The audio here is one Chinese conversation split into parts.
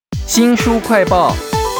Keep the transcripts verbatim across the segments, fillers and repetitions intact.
新书快报。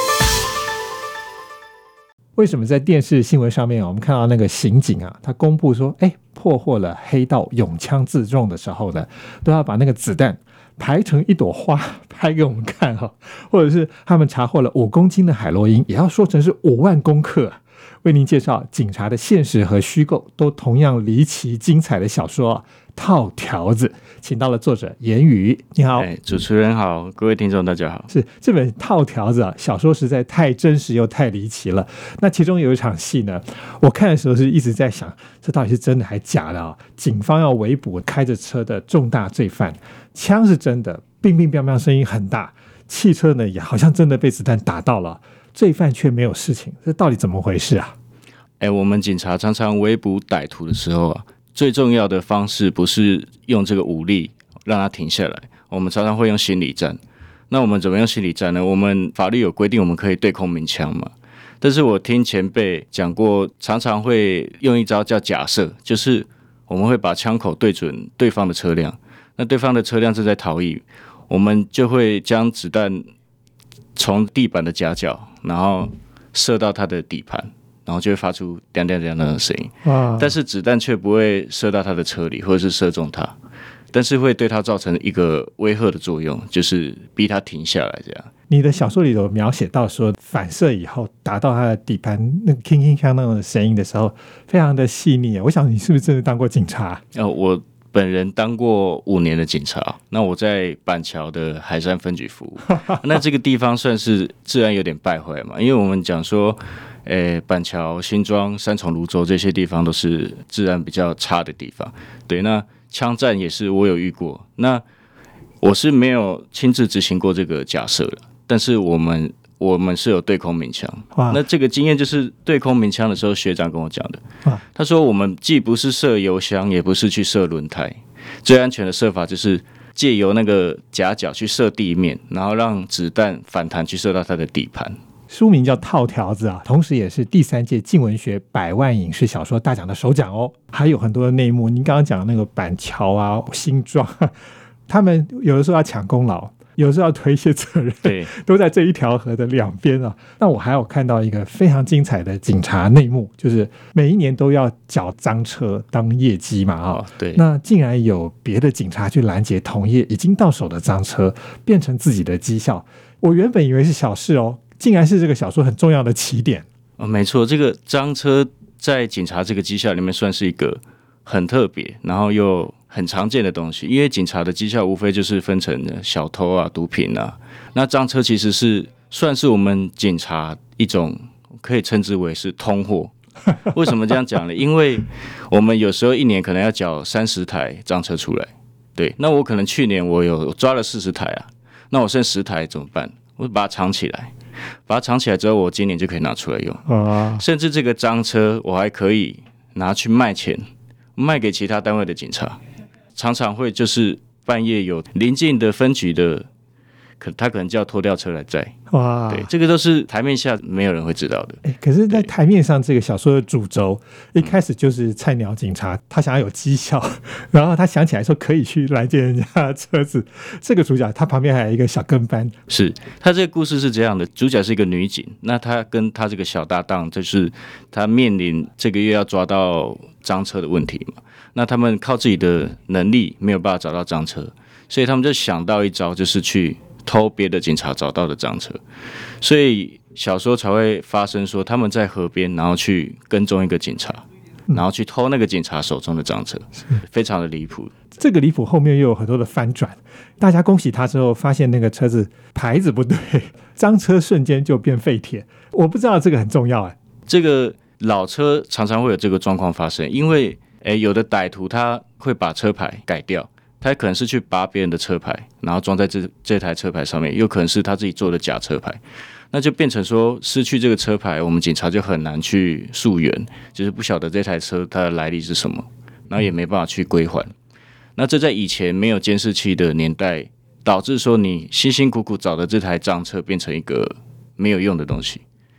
为什么在电视新闻上面我们看到那个刑警啊，他公布说，哎，破获了黑道拥枪自重的时候呢，都要把那个子弹排成一朵花拍给我们看哈、哦，或者是他们查获了五公斤的海洛因，也要说成是五万公克。为您介绍警察的现实和虚构都同样离奇精彩的小说《套条子》，请到了作者严宇，你好。 哎，主持人好，各位听众大家好。 是这本《套条子》啊，小说实在太真实又太离奇了。那其中有一场戏呢，我看的时候是一直在想，这到底是真的还假的啊？警方要围捕开着车的重大罪犯，枪是真的，乒乒乓乓声音很大，汽车呢也好像真的被子弹打到了。罪犯却没有事情，这到底怎么回事啊？ 哎，我们警察常常围捕歹徒的时候啊，最重要的方式不是用这个武力让他停下来，我们常常会用心理战。那我们怎么用心理战呢？我们法律有规定，我们可以对空鸣枪嘛。但是我听前辈讲过，常常会用一招叫假设，就是我们会把枪口对准对方的车辆，那对方的车辆正在逃逸，我们就会将子弹从地板的夹角，然后射到他的底盘，然后就会发出叮叮叮的声音。但是子弹却不会射到他的车里，或者是射中他，但是会对他造成一个威吓的作用，就是逼他停下来。这样，你的小说里有描写到说，反射以后打到他的底盘，那个铿铿锵那种声音的时候，非常的细腻。我想你是不是真的当过警察？ 呃，我本人当过五年的警察，那我在板桥的海山分局服务。那这个地方算是治安有点败坏嘛，因为我们讲说，诶，板桥、新庄、三重、泸州这些地方都是治安比较差的地方。对，那枪战也是我有遇过。那我是没有亲自执行过这个假设的，但是我们我们是有对空鸣枪。那这个经验就是对空鸣枪的时候，学长跟我讲的。他说我们既不是射油箱，也不是去射轮胎，最安全的射法就是借由那个夹角去射地面，然后让子弹反弹去射到它的底盘。 书名叫《套条子》啊，同时也是第三届静文学百万影视小说大奖的首奖哦。还有很多的内幕，您刚刚讲的那个板桥啊、新庄，他们有的时候要抢功劳，有的时候要推一些责任， 对， 都在这一条河的两边啊。那我还有看到一个非常精彩的警察内幕，就是每一年都要缴赃车当业绩嘛啊、哦。 对， 那竟然有别的警察去拦截同业已经到手的赃车，变成自己的绩效。我原本以为是小事哦，竟然是这个小说很重要的起点。 哦，没错，这个赃车在警察这个绩效里面算是一个很特别，然后又很常见的东西。因为警察的绩效无非就是分成小偷啊、毒品啊，那赃车其实是算是我们警察一种可以称之为是通货。为什么这样讲呢？因为我们有时候一年可能要缴三十台赃车出来，对，那我可能去年我有抓了四十台啊，那我剩十台怎么办？我把它藏起来，把它藏起来之后，我今年就可以拿出来用。 啊、 甚至这个赃车我还可以拿去卖钱，卖给其他单位的警察。常常会就是半夜有邻近的分局的，可他可能叫拖吊车来载。 哇， 对，这个都是台面下没有人会知道的。 欸、可是，在台面上，这个小说的主轴一开始就是菜鸟警察，他想要有绩效，然后他想起来说可以去拦截人家的车子。这个主角他旁边还有一个小跟班。 是，他这个故事是这样的：主角是一个女警，那他跟他这个小搭档，就是他面临这个月要抓到赃车的问题嘛。那他们靠自己的能力没有办法找到赃车，所以他们就想到一招，就是去偷别的警察找到的赃车。所以小说才会发生说他们在河边，然后去跟踪一个警察，然后去偷那个警察手中的赃车，非常的离谱。 这个离谱后面又有很多的翻转，大家恭喜他之后，发现那个车子牌子不对，赃车瞬间就变废铁。我不知道这个很重要哎。 这个老车常常会有这个状况发生，因为诶，有的歹徒他会把车牌改掉，他可能是去拔别人的车牌，然后装在 这, 这台车牌上面，有可能是他自己做的假车牌，那就变成说失去这个车牌，我们警察就很难去溯源，就是不晓得这台车它的来历是什么，然后也没办法去归还。那这在以前没有监视器的年代，导致说你辛辛苦苦找的这台赃车变成一个没有用的东西。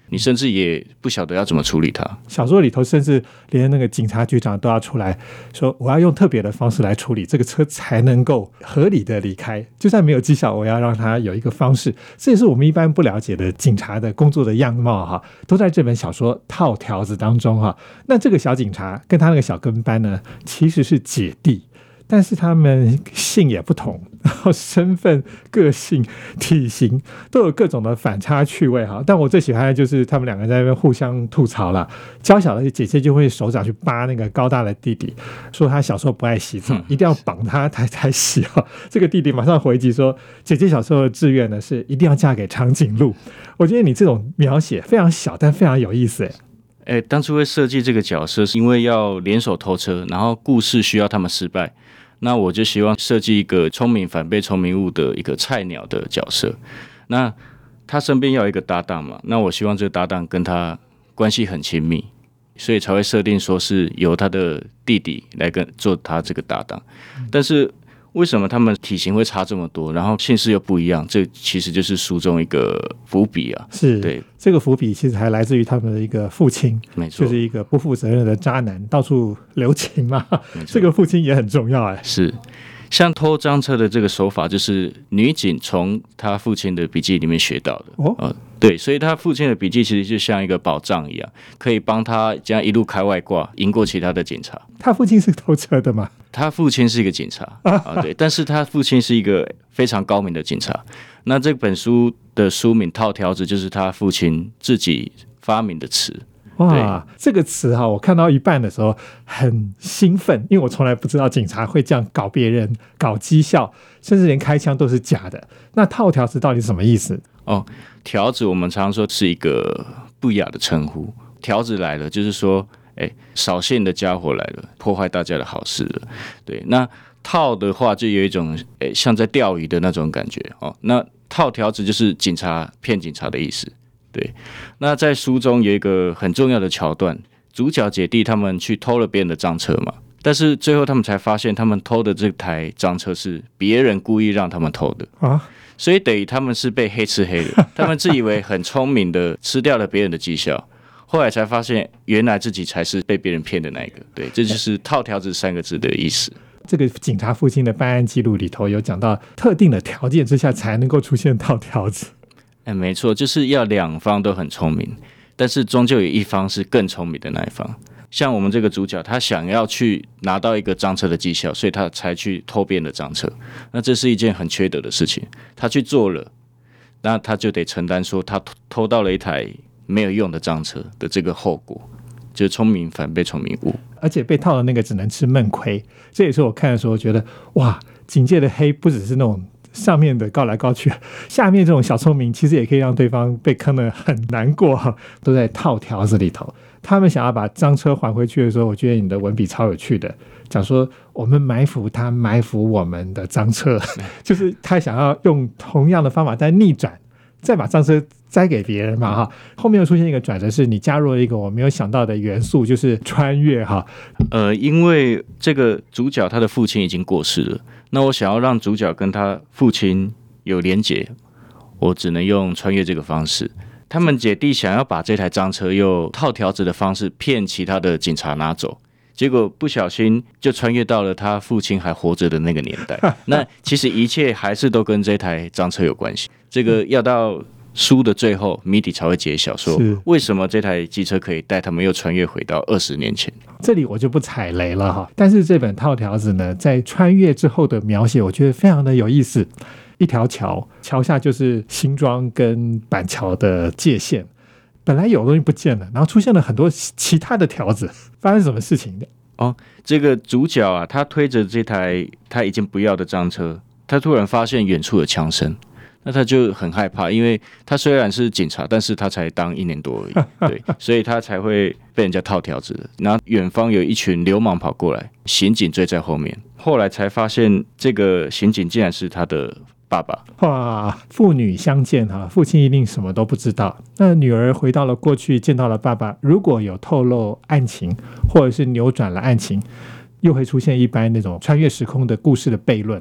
你甚至也不晓得要怎么处理它。 小说里头甚至连那个警察局长都要出来说，我要用特别的方式来处理这个车才能够合理的离开，就算没有绩效，我要让它有一个方式。这也是我们一般不了解的警察的工作的样貌哈，都在这本小说套条子当中哈。那这个小警察跟他那个小跟班呢，其实是姐弟，但是他们姓也不同，然后身份、个性、体型都有各种的反差趣味哈。但我最喜欢的就是他们两个在那边互相吐槽啦。娇小的姐姐就会手掌去扒那个高大的弟弟，说他小时候不爱洗澡，一定要绑他才才洗哈。这个弟弟马上回击说，姐姐小时候的志愿呢是一定要嫁给长颈鹿。我觉得你这种描写非常小，但非常有意思哎。 哎，当初会设计这个角色，是因为要联手偷车，然后故事需要他们失败。那我就希望设计一个聪明反被聪明误的一个菜鸟的角色。那他身边要有一个搭档嘛，那我希望这个搭档跟他关系很亲密，所以才会设定说是由他的弟弟来跟做他这个搭档。但是为什么他们体型会差这么多，然后姓氏又不一样？这其实就是书中一个伏笔啊。 是， 对， 这个伏笔其实还来自于他们的一个父亲， 没错， 就是一个不负责任的渣男，到处留情嘛。这个父亲也很重要哎。 是，像偷赃车的这个手法，就是女警从她父亲的笔记里面学到的。哦，呃、对，所以她父亲的笔记其实就像一个宝藏一样，可以帮他这样一路开外挂，赢过其他的警察。 他父亲是偷车的吗？ 他父亲是一个警察啊，对，但是他父亲是一个非常高明的警察。那这本书的书名套条子就是他父亲自己发明的词。 哇，这个词哈，我看到一半的时候很兴奋，因为我从来不知道警察会这样搞别人、搞绩效，甚至连开枪都是假的。那套条子到底是什么意思？ 哦，条子我们常说是一个不雅的称呼。条子来了，就是说。哎，少线的家伙来了，破坏大家的好事了。对，那套的话就有一种哎，像在钓鱼的那种感觉哦。那套条子就是警察骗警察的意思。对，那在书中有一个很重要的桥段，主角姐弟他们去偷了别人的赃车嘛，但是最后他们才发现，他们偷的这台赃车是别人故意让他们偷的啊。所以等于他们是被黑吃黑的，他们自以为很聪明的吃掉了别人的绩效。后来才发现，原来自己才是被别人骗的那一个。对，这就是套条子三个字的意思。 这个警察父亲的办案记录里头有讲到，特定的条件之下才能够出现套条子。 哎，没错，就是要两方都很聪明，但是终究有一方是更聪明的那一方。像我们这个主角，他想要去拿到一个赃车的绩效，所以他才去偷别人的赃车。那这是一件很缺德的事情，他去做了，那他就得承担说他偷到了一台没有用的赃车的这个后果，就是聪明反被聪明误， 而且被套的那个只能吃闷亏。这也是我看的时候觉得，哇，警界的黑不只是那种上面的告来告去，下面这种小聪明其实也可以让对方被坑得很难过，都在套条子里头。他们想要把赃车还回去的时候，我觉得你的文笔超有趣的，讲说我们埋伏他，埋伏我们的赃车，就是他想要用同样的方法再逆转，再把赃车摘给别人嘛哈。后面又出现一个转折，是你加入了一个我没有想到的元素，就是穿越哈。 呃，因为这个主角他的父亲已经过世了，那我想要让主角跟他父亲有连结，我只能用穿越这个方式。他们姐弟想要把这台赃车用套条子的方式骗其他的警察拿走，结果不小心就穿越到了他父亲还活着的那个年代。那其实一切还是都跟这台赃车有关系。这个要到书的最后，谜底才会揭晓，说为什么这台机车可以带他们又穿越回到二十年前。 这里我就不踩雷了哈。但是这本套条子呢，在穿越之后的描写，我觉得非常的有意思。一条桥，桥下就是新庄跟板桥的界限，本来有东西不见了，然后出现了很多其他的条子，发生什么事情的？ 哦，这个主角啊，他推着这台他已经不要的赃车，他突然发现远处有枪声，那他就很害怕，因为他虽然是警察，但是他才当一年多而已，对，所以他才会被人家套条子的。然后远方有一群流氓跑过来，刑警追在后面，后来才发现这个刑警竟然是他的爸爸。 哇，父女相见哈，父亲一定什么都不知道。那女儿回到了过去，见到了爸爸，如果有透露案情，或者是扭转了案情，又会出现一般那种穿越时空的故事的悖论啊。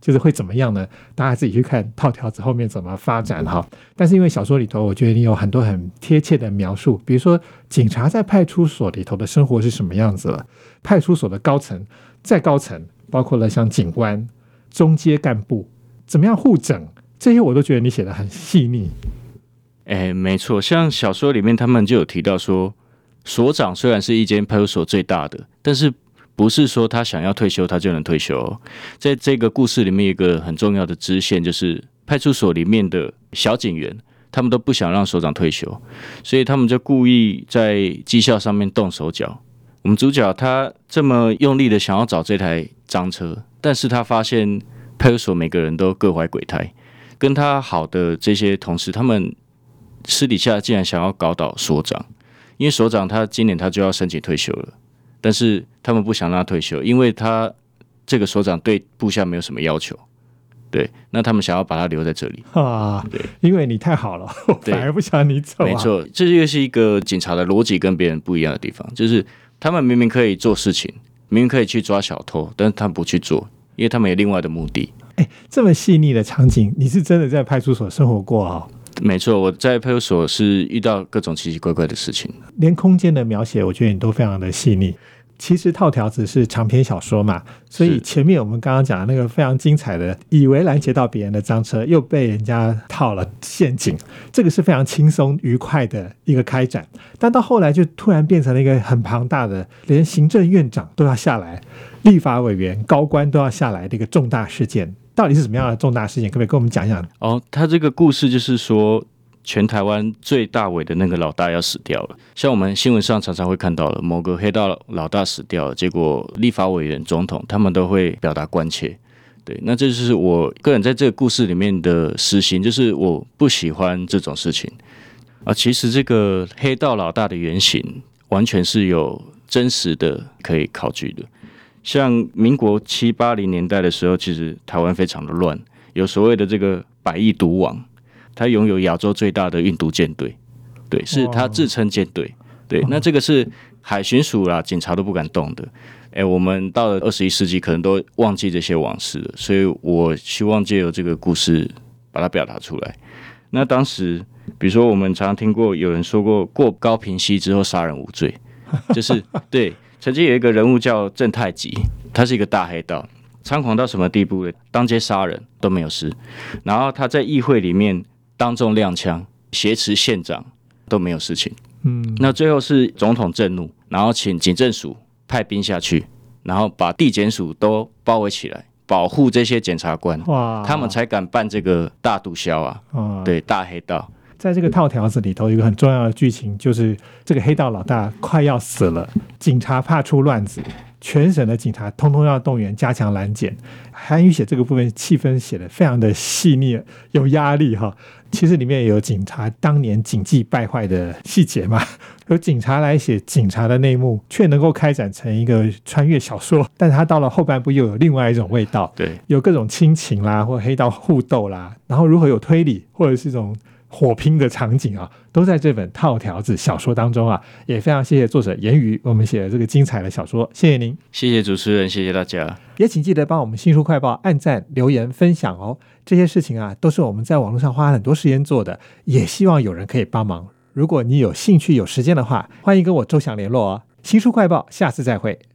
就是会怎么样呢？大家自己去看套条子后面怎么发展哈。但是因为小说里头，我觉得你有很多很贴切的描述，比如说警察在派出所里头的生活是什么样子了，派出所的高层、再高层，包括了像警官、中阶干部，怎么样互整，这些我都觉得你写得很细腻。 哎，没错，像小说里面他们就有提到说，所长虽然是一间派出所最大的，但是不是说他想要退休他就能退休哦。在这个故事里面，一个很重要的支线就是派出所里面的小警员，他们都不想让所长退休，所以他们就故意在绩效上面动手脚。我们主角他这么用力的想要找这台赃车，但是他发现派出所每个人都各怀鬼胎，跟他好的这些同事，他们私底下竟然想要搞倒所长，因为所长他今年他就要申请退休了，但是他们不想让他退休，因为他这个所长对部下没有什么要求，对，那他们想要把他留在这里啊，对，因为你太好了，我反而不想你走、啊。 没错，这就是一个警察的逻辑跟别人不一样的地方，就是他们明明可以做事情，明明可以去抓小偷，但是他们不去做，因为他们有另外的目的。 哎，这么细腻的场景，你是真的在派出所生活过啊、哦？ 没错，我在派出所是遇到各种奇奇怪怪的事情， 连空间的描写，我觉得你都非常的细腻。其实套条子是长篇小说嘛，所以前面我们刚刚讲的那个非常精彩的，以为拦截到别人的赃车，又被人家套了陷阱，这个是非常轻松愉快的一个开展。但到后来就突然变成了一个很庞大的，连行政院长都要下来，立法委员、高官都要下来的一个重大事件。到底是什么样的重大事件？可不可以跟我们讲讲？ 哦，他这个故事就是说，全台湾最大尾的那个老大要死掉了。像我们新闻上常常会看到了，某个黑道老大死掉了，结果立法委员、总统他们都会表达关切。对，那这就是我个人在这个故事里面的私心，就是我不喜欢这种事情啊。其实这个黑道老大的原型完全是有真实的可以考据的。像民国七八零年代的时候，其实台湾非常的乱，有所谓的这个百亿毒王，他拥有亚洲最大的运毒舰队，对，是他自称舰队，对，那这个是海巡署啦，警察都不敢动的。哎，我们到了二十一世纪，可能都忘记这些往事了，所以我希望借由这个故事把它表达出来。那当时，比如说我们常常听过有人说过，过高屏溪之后杀人无罪，就是对。曾经有一个人物叫郑太吉，他是一个大黑道，猖狂到什么地步呢？当街杀人都没有事，然后他在议会里面当众亮枪，挟持县长都没有事情。嗯，那最后是总统震怒，然后请警政署派兵下去，然后把地检署都包围起来，保护这些检察官，他们才敢办这个大毒枭啊！对，大黑道。 在这个套条子里头，有一个很重要的剧情，就是这个黑道老大快要死了，警察怕出乱子，全省的警察通通要动员加强拦检。韩语写这个部分气氛写得非常的细腻，有压力哈。其实里面也有警察当年警纪败坏的细节嘛，有警察来写警察的内幕，却能够开展成一个穿越小说，但是他到了后半部又有另外一种味道， 对，有各种亲情啦，或黑道互斗啦，然后如何有推理，或者是一种火拼的场景啊，都在这本套条子小说当中啊。也非常谢谢作者言语我们写的这个精彩的小说，谢谢您。 谢谢主持人，谢谢大家。 也请记得帮我们新书快报按赞、留言、分享哦。这些事情啊，都是我们在网络上花很多时间做的，也希望有人可以帮忙。如果你有兴趣、有时间的话，欢迎跟我周翔联络哦。新书快报，下次再会。